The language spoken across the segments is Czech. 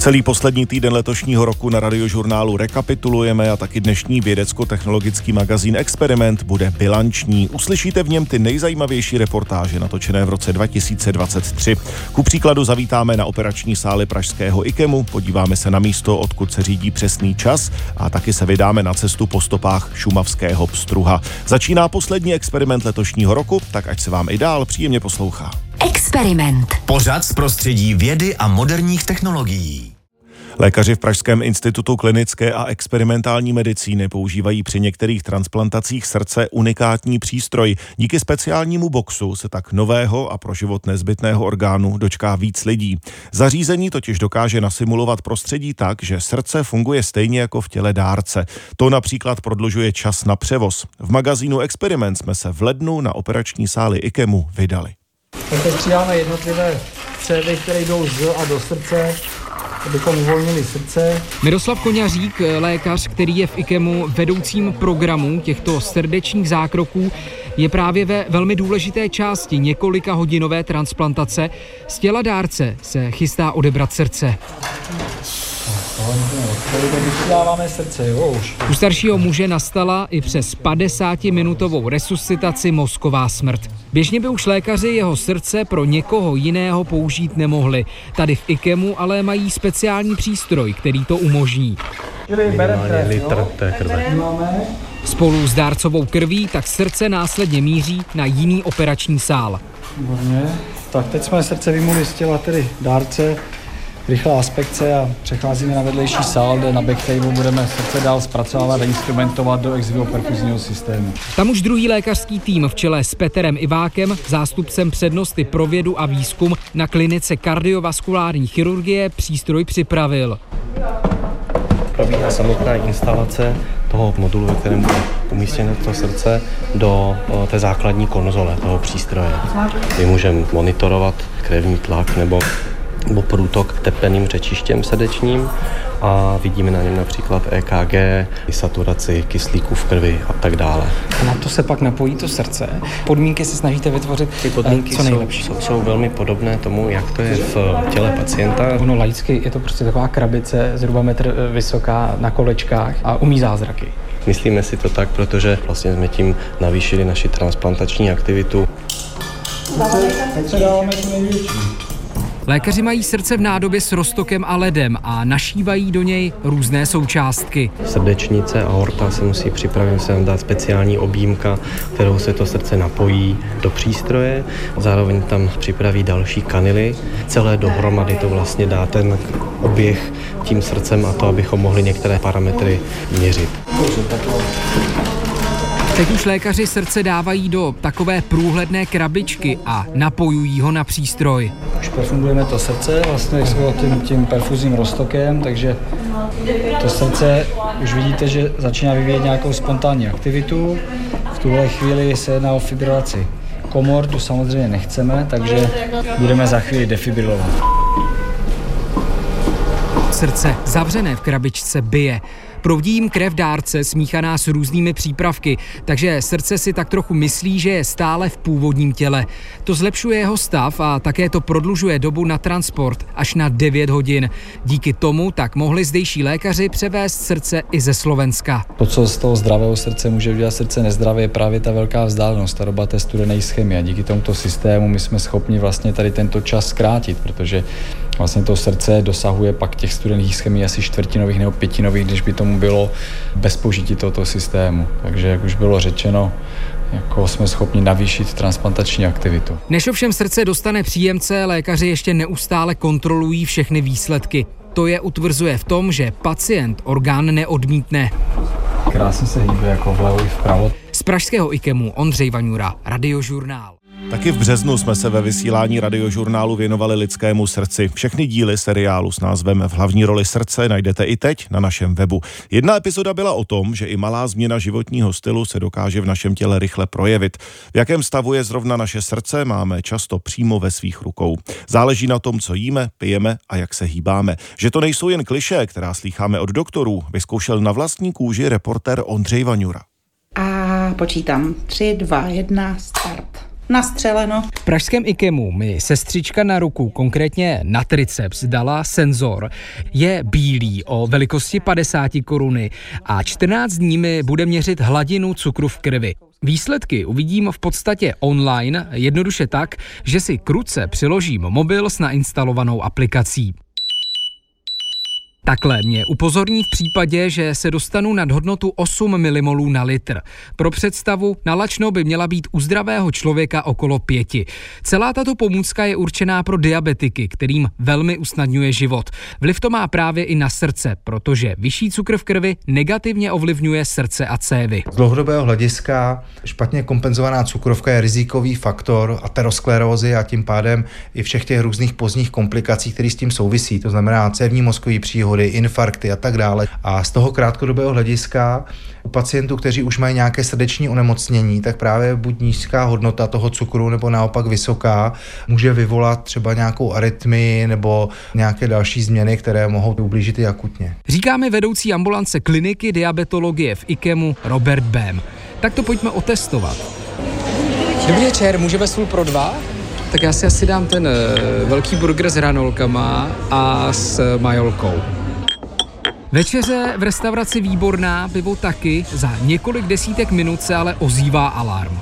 Celý poslední týden letošního roku na Radiožurnálu rekapitulujeme a taky dnešní vědecko-technologický magazín Experiment bude bilanční. Uslyšíte v něm ty nejzajímavější reportáže natočené v roce 2023. Ku příkladu zavítáme na operační sály pražského IKEMu, podíváme se na místo, odkud se řídí přesný čas a taky se vydáme na cestu po stopách šumavského pstruha. Začíná poslední experiment letošního roku, tak ať se vám i dál příjemně poslouchá. Experiment. Pořad z prostředí vědy a moderních technologií. Lékaři v Pražském institutu klinické a experimentální medicíny používají při některých transplantacích srdce unikátní přístroj. Díky speciálnímu boxu se tak nového a pro život nezbytného orgánu dočká víc lidí. Zařízení totiž dokáže nasimulovat prostředí tak, že srdce funguje stejně jako v těle dárce. To například prodlužuje čas na převoz. V magazínu Experiment jsme se v lednu na operační sály IKEMu vydali. Teď přidáme jednotlivé cévy, které jdou z a do srdce, abychom uvolnili srdce. Miroslav Koňařík, lékař, který je v IKEMu vedoucím programu těchto srdečních zákroků, je právě ve velmi důležité části několika hodinové transplantace. Z těla dárce se chystá odebrat srdce. Dáváme srdce, jo, už. U staršího muže nastala i přes 50-minutovou resuscitaci mozková smrt. Běžně by už lékaři jeho srdce pro někoho jiného použít nemohli. Tady v IKEMu ale mají speciální přístroj, který to umožní. Litr té krve. Spolu s dárcovou krví tak srdce následně míří na jiný operační sál. Výborně. Tak teď jsme srdce vymuli z těla tedy dárce. Rychlá aspekce a přecházíme na vedlejší sál, kde na backtable budeme srdce dál zpracovávat a instrumentovat do ex vivo perfuzního systému. Tam už druhý lékařský tým v čele s Petrem Ivákem, zástupcem přednosty pro vědu a výzkum na klinice kardiovaskulární chirurgie, přístroj připravil. Probíhá samotná instalace toho modulu, ve kterém bude umístěno to srdce, do té základní konzole toho přístroje. My můžeme monitorovat krevní tlak nebo průtok teplným řečištěm srdečním a vidíme na něm například EKG, saturaci kyslíku v krvi a tak dále. A na to se pak napojí to srdce. Podmínky se snažíte vytvořit Ty podmínky co nejlepší. Jsou velmi podobné tomu, jak to je v těle pacienta. Ono laicky je to prostě taková krabice, zhruba metr vysoká, na kolečkách a umí zázraky. Myslíme si to tak, protože vlastně jsme tím navýšili naši transplantační aktivitu. Teď dáváme tu největší. Lékaři mají srdce v nádobě s roztokem a ledem a našívají do něj různé součástky. Srdečnice a aorta se musí připravit, se nám dát speciální objímka, kterou se to srdce napojí do přístroje. Zároveň tam připraví další kanily. Celé dohromady to vlastně dá ten oběh tím srdcem a to, abychom mohli některé parametry měřit. Teď už lékaři srdce dávají do takové průhledné krabičky a napojují ho na přístroj. Už perfungujeme to srdce vlastně tím perfuzním roztokem, takže to srdce už vidíte, že začíná vyvíjet nějakou spontánní aktivitu. V tuhle chvíli se jedná o fibrilaci komor, tu samozřejmě nechceme, takže budeme za chvíli defibrilovat. Srdce zavřené v krabičce bije. Proudí jim krev dárce smíchaná s různými přípravky, takže srdce si tak trochu myslí, že je stále v původním těle. To zlepšuje jeho stav a také to prodlužuje dobu na transport až na 9 hodin. Díky tomu tak mohli zdejší lékaři převést srdce i ze Slovenska. To, co z toho zdravého srdce může udělat srdce nezdravé, je právě ta velká vzdálenost, ta doba té studené ischemie. Díky tomuto systému my jsme schopni vlastně tady tento čas zkrátit, protože vlastně to srdce dosahuje pak těch studených ischemí asi čtvrtinových nebo pětinových, když by tomu bylo bez použití tohoto systému. Takže, jak už bylo řečeno, jako jsme schopni navýšit transplantační aktivitu. Než ovšem srdce dostane příjemce, lékaři ještě neustále kontrolují všechny výsledky. To je utvrzuje v tom, že pacient orgán neodmítne. Krásně se hýbe jako vlevo i vpravo. Z pražského IKEMu Ondřej Vaňura, Radiožurnál. Taky v březnu jsme se ve vysílání Radiožurnálu věnovali lidskému srdci. Všechny díly seriálu s názvem V hlavní roli srdce najdete i teď na našem webu. Jedna epizoda byla o tom, že i malá změna životního stylu se dokáže v našem těle rychle projevit. V jakém stavu je zrovna naše srdce, máme často přímo ve svých rukou. Záleží na tom, co jíme, pijeme a jak se hýbáme. Že to nejsou jen klišé, která slýcháme od doktorů, vyzkoušel na vlastní kůži reportér Ondřej Vaňura. A počítám 3, 2, 1, start. nastřeleno. V pražském IKEMu mi sestřička na ruku, konkrétně na triceps, dala senzor. Je bílý o velikosti 50 koruny a 14 dní mi bude měřit hladinu cukru v krvi. Výsledky uvidím v podstatě online, jednoduše tak, že si k ruce přiložím mobil s nainstalovanou aplikací. Takhle mě upozorní v případě, že se dostanu nad hodnotu 8 milimolů na litr. Pro představu, nalačno by měla být u zdravého člověka okolo 5. Celá tato pomůcka je určená pro diabetiky, kterým velmi usnadňuje život. Vliv to má právě i na srdce, protože vyšší cukr v krvi negativně ovlivňuje srdce a cévy. Z dlouhodobého hlediska špatně kompenzovaná cukrovka je rizikový faktor aterosklerózy a tím pádem i všech těch různých pozdních komplikací, které s tím souvisí, to znamená cévní mozkový příhody, infarkty a tak dále. A z toho krátkodobého hlediska u pacientů, kteří už mají nějaké srdeční onemocnění, tak právě buď nízká hodnota toho cukru nebo naopak vysoká může vyvolat třeba nějakou arytmii nebo nějaké další změny, které mohou ublížit i akutně. Říká mi vedoucí ambulance kliniky diabetologie v IKEMu Robert Bem. Tak to pojďme otestovat. Dobrý večer, můžeme stůl pro 2? Tak já si asi dám ten velký burger s hranolkama a s majolkou. Večeře v restauraci výborná, pivo taky, za několik desítek minut se ale ozývá alarm.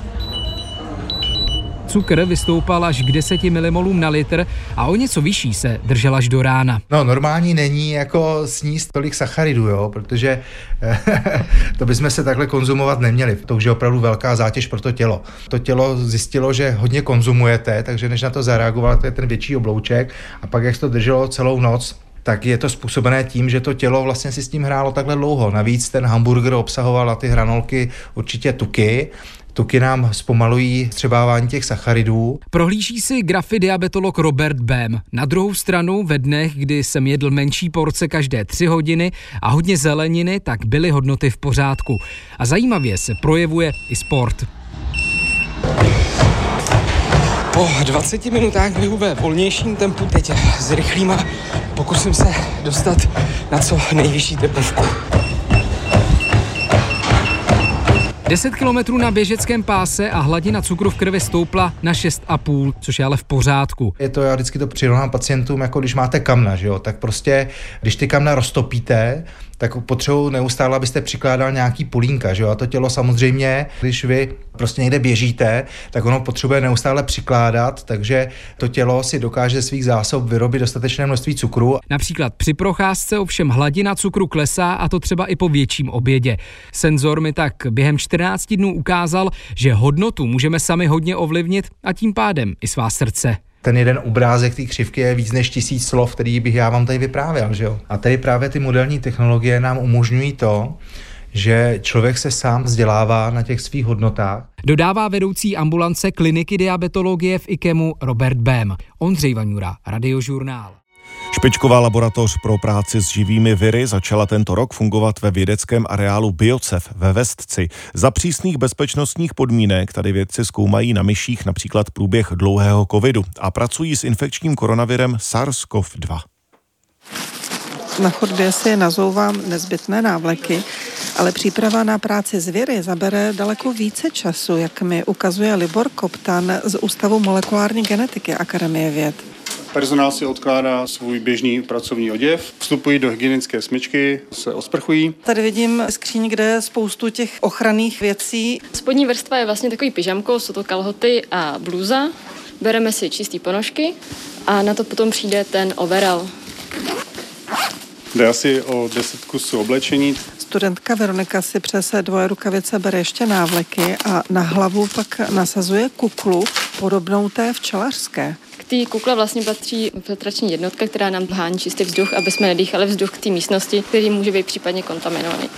Cukr vystoupal až k 10 milimolům na litr a o něco vyšší se držel až do rána. No normální není jako sníst tolik sacharidů, jo, protože to bychom se takhle konzumovat neměli. To už je opravdu velká zátěž pro to tělo. To tělo zjistilo, že hodně konzumujete, takže než na to zareagovalo, to je ten větší oblouček a pak jak to drželo celou noc, tak je to způsobené tím, že to tělo vlastně si s tím hrálo takhle dlouho. Navíc ten hamburger obsahoval na ty hranolky určitě tuky. Tuky nám zpomalují střebávání těch sacharidů. Prohlíží si grafy diabetolog Robert Bem. Na druhou stranu ve dnech, kdy jsem jedl menší porce každé 3 hodiny a hodně zeleniny, tak byly hodnoty v pořádku. A zajímavě se projevuje i sport. Po 20 minutách běhu ve volnějším tempu, teď s rychlýma, pokusím se dostat na co nejvyšší tepovku. 10 kilometrů na běžeckém páse a hladina cukru v krvi stoupla na 6,5, což je ale v pořádku. Je to, já vždycky to přirovnám pacientům, jako když máte kamna, že jo, tak prostě, když ty kamna roztopíte, tak potřebuji neustále, abyste přikládal nějaký polínka, že jo, a to tělo samozřejmě, když vy prostě někde běžíte, tak ono potřebuje neustále přikládat, takže to tělo si dokáže ze svých zásob vyrobit dostatečné množství cukru. Například při procházce ovšem hladina cukru klesá a to třeba i po větším obědě. Senzor mi tak během 14 dnů ukázal, že hodnotu můžeme sami hodně ovlivnit a tím pádem i svá srdce. Ten jeden obrázek té křivky je víc než 1000 slov, který bych já vám tady vyprávěl, že jo. A tady právě ty moderní technologie nám umožňují to, že člověk se sám vzdělává na těch svých hodnotách. Dodává vedoucí ambulance kliniky diabetologie v IKEMu Robert Bem. Ondřej Vaňura, Radiožurnál. Špičková laboratoř pro práci s živými viry začala tento rok fungovat ve vědeckém areálu Biocev ve Vestci. Za přísných bezpečnostních podmínek tady vědci zkoumají na myších například průběh dlouhého covidu a pracují s infekčním koronavirem SARS-CoV-2. Na chodbě si nazouvám nezbytné návleky, ale příprava na práci s viry zabere daleko více času, jak mi ukazuje Libor Koptan z Ústavu molekulární genetiky Akademie věd. Personál si odkládá svůj běžný pracovní oděv, vstupují do hygienické smyčky, se osprchují. Tady vidím skříň, kde je spoustu těch ochranných věcí. Spodní vrstva je vlastně takový pyžamko, jsou to kalhoty a blůza. Bereme si čistý ponožky a na to potom přijde ten overall. Jde asi o 10 kusů oblečení. Studentka Veronika si přes 2 rukavice bere ještě návleky a na hlavu pak nasazuje kuklu podobnou té včelařské. K té kukle vlastně patří filtrační jednotka, která nám hání čistý vzduch, aby jsme nedýchali vzduch k té místnosti, který může být případně kontaminovaný.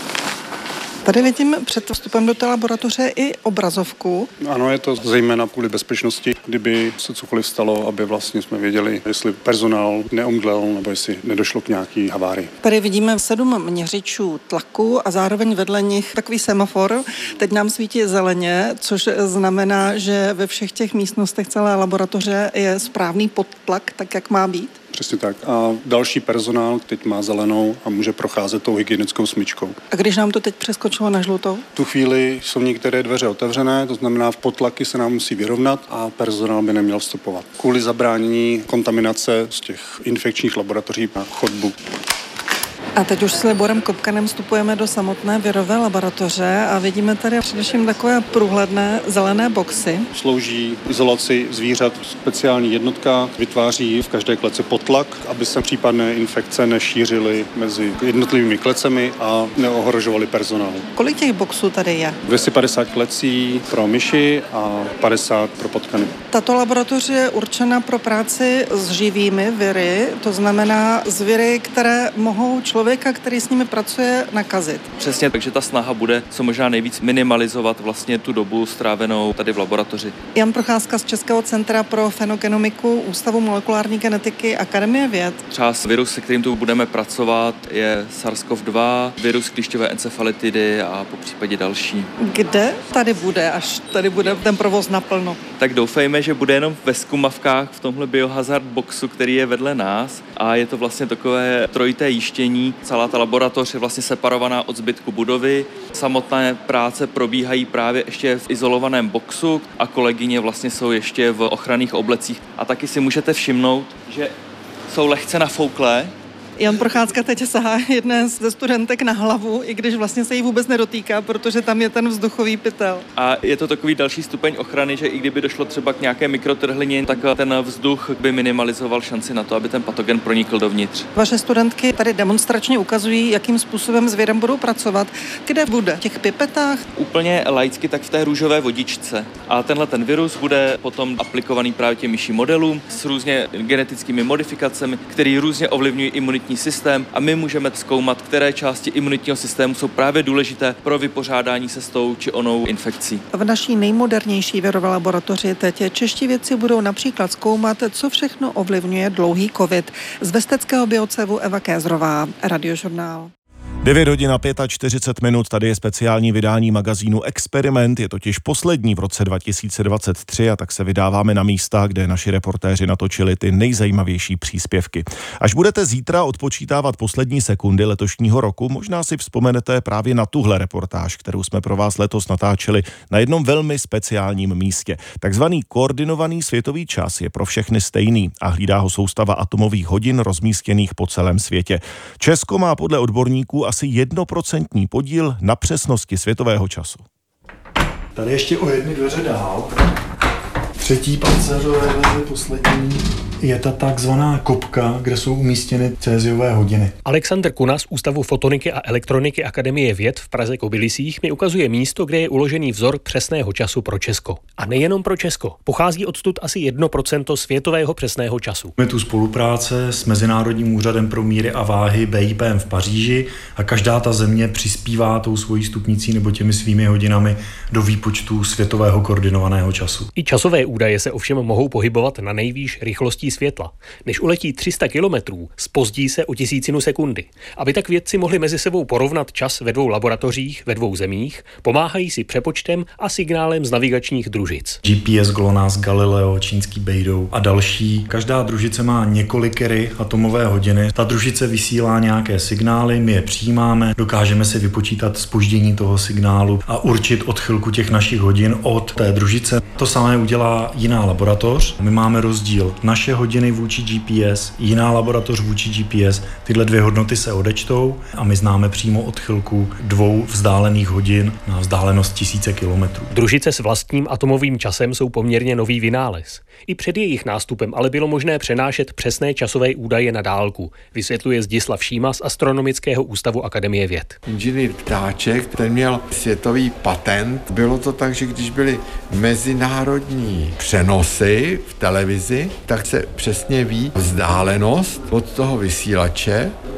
Tady vidím před vstupem do té laboratoře i obrazovku. Ano, je to zejména kvůli bezpečnosti, kdyby se cokoliv stalo, aby vlastně jsme věděli, jestli personál neomdlel nebo jestli nedošlo k nějaký havárii. Tady vidíme 7 měřičů tlaku a zároveň vedle nich takový semafor. Teď nám svítí zeleně, což znamená, že ve všech těch místnostech celé laboratoře je správný podtlak, tak jak má být. Přesně tak. A další personál teď má zelenou a může procházet tou hygienickou smyčkou. A když nám to teď přeskočilo na žlutou? V tu chvíli jsou některé dveře otevřené, to znamená, v potlaky se nám musí vyrovnat a personál by neměl vstupovat. Kvůli zabránění kontaminace z těch infekčních laboratoří na chodbu. A teď už s Liborem Kopkanem vstupujeme do samotné virové laboratoře a vidíme tady především takové průhledné zelené boxy. Slouží izolaci zvířat v speciální jednotkách, vytváří v každé kleci potlak, aby se případné infekce nešířily mezi jednotlivými klecemi a neohrožovaly personál. Kolik těch boxů tady je? 250 klecí pro myši a 50 pro potkany. Tato laboratoř je určena pro práci s živými viry, to znamená s viry, které mohou člověka, který s nimi pracuje, nakazit. Přesně, takže ta snaha bude co možná nejvíc minimalizovat vlastně tu dobu strávenou tady v laboratoři. Jan Procházka z Českého centra pro fenogenomiku Ústavu molekulární genetiky Akademie věd. Třeba virus, se kterým tu budeme pracovat, je SARS-CoV-2, virus klíšťové encefalitidy a po případě další. Kde tady bude, až tady bude ten provoz naplno? Tak doufejme, že bude jenom ve zkumavkách v tomhle biohazard boxu, který je vedle nás a je to vlastně takové trojité jištění. Celá ta laboratoř je vlastně separovaná od zbytku budovy. Samotné práce probíhají právě ještě v izolovaném boxu a kolegyně vlastně jsou ještě v ochranných oblecích. A taky si můžete všimnout, že jsou lehce nafouklé. Jan Procházka teď sahá jedné ze studentek na hlavu, i když vlastně se jí vůbec nedotýká, protože tam je ten vzduchový pytel. A je to takový další stupeň ochrany, že i kdyby došlo třeba k nějaké mikrotrhlině, tak ten vzduch by minimalizoval šanci na to, aby ten patogen pronikl dovnitř. Vaše studentky tady demonstračně ukazují, jakým způsobem s virem budou pracovat. Kde bude? V těch pipetách? Úplně laicky tak v té růžové vodičce. A tenhle ten virus bude potom aplikovaný právě těm myší modelům s různě genetickými modifikacemi, který různě ovlivňují imunitní systém a my můžeme zkoumat, které části imunitního systému jsou právě důležité pro vypořádání se s tou či onou infekcí. V naší nejmodernější virové laboratoři teď čeští vědci budou například zkoumat, co všechno ovlivňuje dlouhý covid. Z Vesteckého biocevu Eva Kézrová, Radiožurnál. 9 hodin a 45 minut, tady je speciální vydání magazínu Experiment, je totiž poslední v roce 2023 a tak se vydáváme na místa, kde naši reportéři natočili ty nejzajímavější příspěvky. Až budete zítra odpočítávat poslední sekundy letošního roku, možná si vzpomenete právě na tuhle reportáž, kterou jsme pro vás letos natáčeli na jednom velmi speciálním místě. Takzvaný koordinovaný světový čas je pro všechny stejný a hlídá ho soustava atomových hodin rozmístěných po celém světě. Česko má podle odborníků asi 1% podíl na přesnosti světového času. Tady ještě o jedny dveře dál. Třetí pancéřové dveře, poslední, je ta takzvaná kopka, kde jsou umístěny céziové hodiny. Alexander Kuna z Ústavu fotoniky a elektroniky Akademie věd v Praze Kobylisích mi ukazuje místo, kde je uložený vzor přesného času pro Česko. A nejenom pro Česko. Pochází odtud asi 1% světového přesného času. Je tu spolupráce s Mezinárodním úřadem pro míry a váhy BIPM v Paříži a každá ta země přispívá tou svojí stupnicí nebo těmi svými hodinami do výpočtu světového koordinovaného času. I časové údaje se ovšem mohou pohybovat na nejvýš rychlostí světla. Než uletí 300 kilometrů, zpozdí se o 1000 sekundy. Aby tak vědci mohli mezi sebou porovnat čas ve 2 laboratořích, ve 2 zemích, pomáhají si přepočtem a signálem z navigačních družic. GPS, GLONASS, Galileo, čínský Beidou a další. Každá družice má několikery atomové hodiny. Ta družice vysílá nějaké signály, my je přijímáme, dokážeme si vypočítat zpoždění toho signálu a určit odchylku těch našich hodin od té družice. To samé udělá jiná laboratoř. My máme rozdíl naše hodiny vůči GPS, jiná laboratoř vůči GPS. Tyhle 2 hodnoty se odečtou a my známe přímo odchylku 2 vzdálených hodin na vzdálenost 1000 kilometrů. Družice s vlastním atomovým časem jsou poměrně nový vynález. I před jejich nástupem ale bylo možné přenášet přesné časové údaje na dálku, vysvětluje Zdislav Šíma z Astronomického ústavu Akademie věd. Inženýr Ptáček, ten měl světový patent. Bylo to tak, že když byly mezinárodní přenosy v televizi, tak se přesně ví vzdálenost od toho vysílače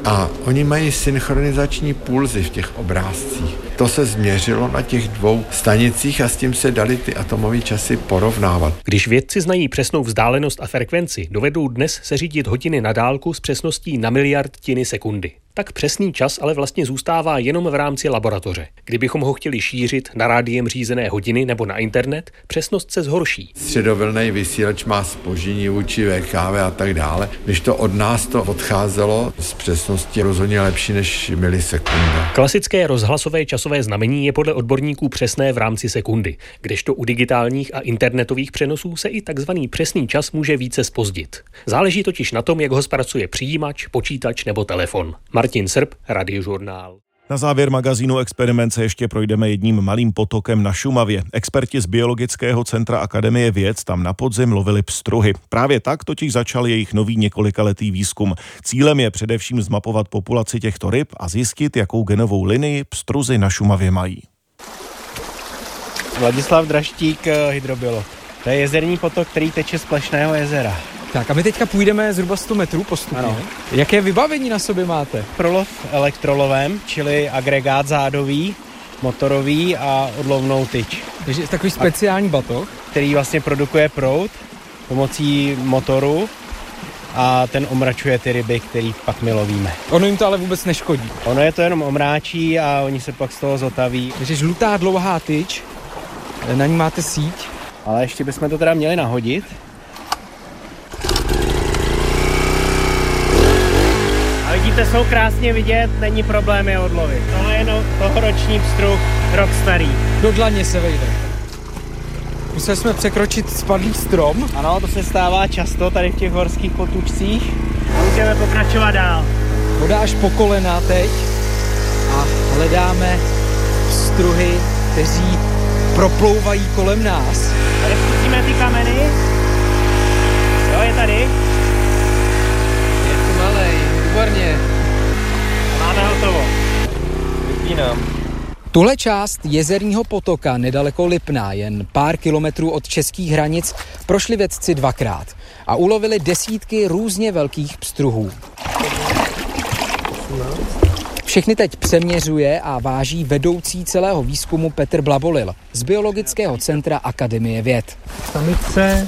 a oni mají synchronizační pulzy v těch obrázcích. To se změřilo na těch 2 stanicích a s tím se daly ty atomové časy porovnávat. Když vědci znají přesnou vzdálenost a frekvenci, dovedou dnes seřídit hodiny na dálku s přesností na miliardtiny sekundy. Tak přesný čas ale vlastně zůstává jenom v rámci laboratoře. Kdybychom ho chtěli šířit na rádiem řízené hodiny nebo na internet, přesnost se zhorší. Středovlnný vysílač má zpoždění vůči VKV a tak dále. Když to od nás to odcházelo s přesností rozhodně lepší než milisekunda. Klasické rozhlasové časové znamení je podle odborníků přesné v rámci sekundy, kdežto u digitálních a internetových přenosů se i takzvaný přesný čas může více zpozdit. Záleží totiž na tom, jak ho zpracuje přijímač, počítač nebo telefon. Martin Srb, Radiožurnál. Na závěr magazínu Experiment se ještě projdeme jedním malým potokem na Šumavě. Experti z Biologického centra Akademie věd tam na podzim lovili pstruhy. Právě tak totiž začal jejich nový několikaletý výzkum. Cílem je především zmapovat populaci těchto ryb a zjistit, jakou genovou linii pstruzy na Šumavě mají. Vladislav Draštík, hydrobiolog. To je jezerní potok, který teče z Plešného jezera. Tak a my teďka půjdeme zhruba 100 metrů postupně. Ano. Jaké vybavení na sobě máte? Prolov elektrolovem, čili agregát zádový, motorový a odlovnou tyč. Takže takový speciální batoh, který vlastně produkuje proud pomocí motoru a ten omračuje ty ryby, který pak my lovíme. Ono jim to ale vůbec neškodí. Ono je to jenom omráčí a oni se pak z toho zotaví. Takže žlutá dlouhá tyč, na ní máte síť. Ale ještě bychom to teda měli nahodit. A vidíte, jsou krásně vidět, není problém je odlovit. Tohle je tohoroční pstruh, rok starý. Do dlaně se vejde. Museli jsme překročit spadlý strom. Ano, to se stává často tady v těch horských potůčcích. A můžeme pokračovat dál. Voda až po kolena teď a hledáme pstruhy, kteří proplouvají kolem nás. Tady zkusíme ty kameny. Jo, je tady. Je to malej, výborně. Máme hotovo. Vypínám. Tuhle část jezerního potoka nedaleko Lipna, jen pár kilometrů od českých hranic, prošli vědci 2krát a ulovili desítky různě velkých pstruhů. Všechny teď přeměřuje a váží vedoucí celého výzkumu Petr Blabolil z Biologického centra Akademie věd. Samice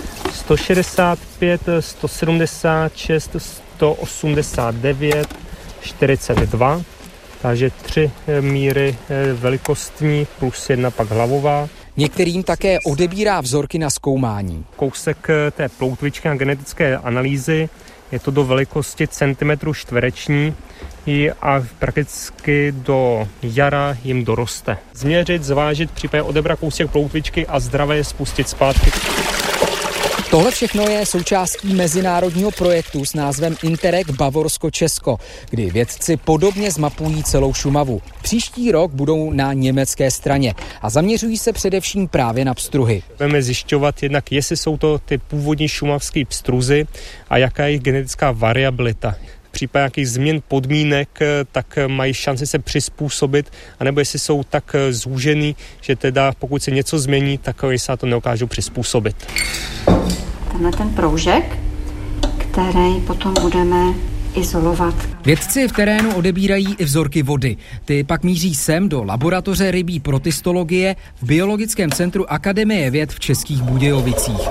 165, 176, 189, 42. Takže 3 míry velikostní plus 1 pak hlavová. Některým také odebírá vzorky na zkoumání. Kousek té ploutvičky a genetické analýzy je to do velikosti centimetru čtvereční a prakticky do jara jim doroste. Změřit, zvážit, případně odebrat kousek ploutvičky a zdravě je spustit zpátky. Tohle všechno je součástí mezinárodního projektu s názvem Interreg Bavorsko-Česko, kdy vědci podobně zmapují celou Šumavu. Příští rok budou na německé straně a zaměřují se především právě na pstruhy. Budeme zjišťovat jednak, jestli jsou to ty původní šumavské pstruzy a jaká je jejich genetická variabilita. V případě nějakých změn podmínek, tak mají šanci se přizpůsobit, anebo jestli jsou tak zúžený, že teda pokud se něco změní, tak se to neukážou přizpůsobit. Tenhle ten proužek, který potom budeme izolovat. Vědci v terénu odebírají i vzorky vody. Ty pak míří sem do laboratoře rybí protistologie v Biologickém centru Akademie věd v Českých Budějovicích.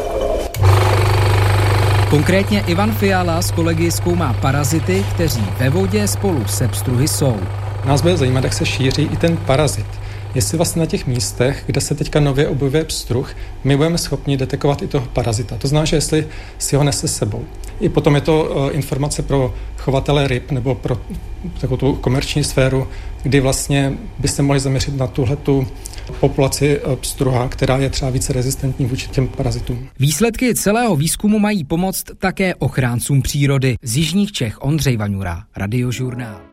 Konkrétně Ivan Fiala s kolegy zkoumá parazity, kteří ve vodě spolu se pstruhy jsou. Nás bude zajímat, jak se šíří i ten parazit. Jestli vlastně na těch místech, kde se teďka nově objevuje pstruh, my budeme schopni detekovat i toho parazita. To znamená, že jestli si ho nese s sebou. I potom je to informace pro chovatele ryb nebo pro takovou tu komerční sféru, kdy vlastně byste mohli zaměřit na tuhletu populaci pstruha, která je třeba více rezistentní vůči těm parazitům. Výsledky celého výzkumu mají pomoct také ochráncům přírody. Z jižních Čech Ondřej Vaňura, Radiožurnál.